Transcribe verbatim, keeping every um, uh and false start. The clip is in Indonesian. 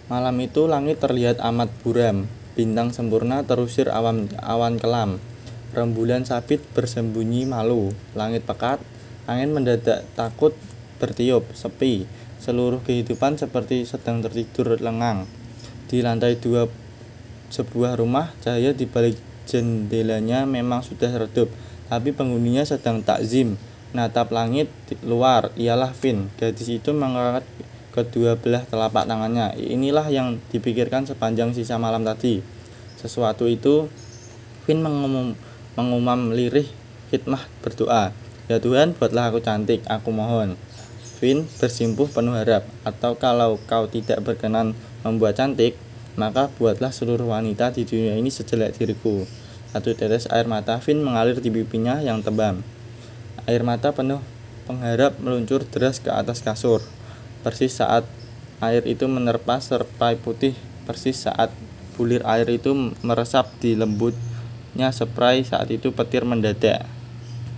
Malam itu langit terlihat amat buram, bintang sempurna terusir awan, awan kelam. Rembulan sabit bersembunyi malu, langit pekat, angin mendadak takut bertiup, sepi. Seluruh kehidupan seperti sedang tertidur lengang. Di lantai dua sebuah rumah, cahaya di balik jendelanya memang sudah redup, tapi penghuninya sedang takzim, natap langit luar. Ialah Vin. Gadis itu mengangkat kedua belah telapak tangannya. Inilah yang dipikirkan sepanjang sisa malam tadi. Sesuatu itu, Vin mengumum, mengumam lirih, khidmah berdoa. Ya Tuhan, buatlah aku cantik, aku mohon. Vin bersimpuh penuh harap. Atau kalau kau tidak berkenan membuat cantik, maka buatlah seluruh wanita di dunia ini sejelek diriku. Satu tetes air mata Vin mengalir di pipinya yang tebam. Air mata penuh pengharap meluncur deras ke atas kasur. Persis saat air itu menerpa serpai putih, persis saat bulir air itu meresap di lembutnya spray, saat itu petir mendadak.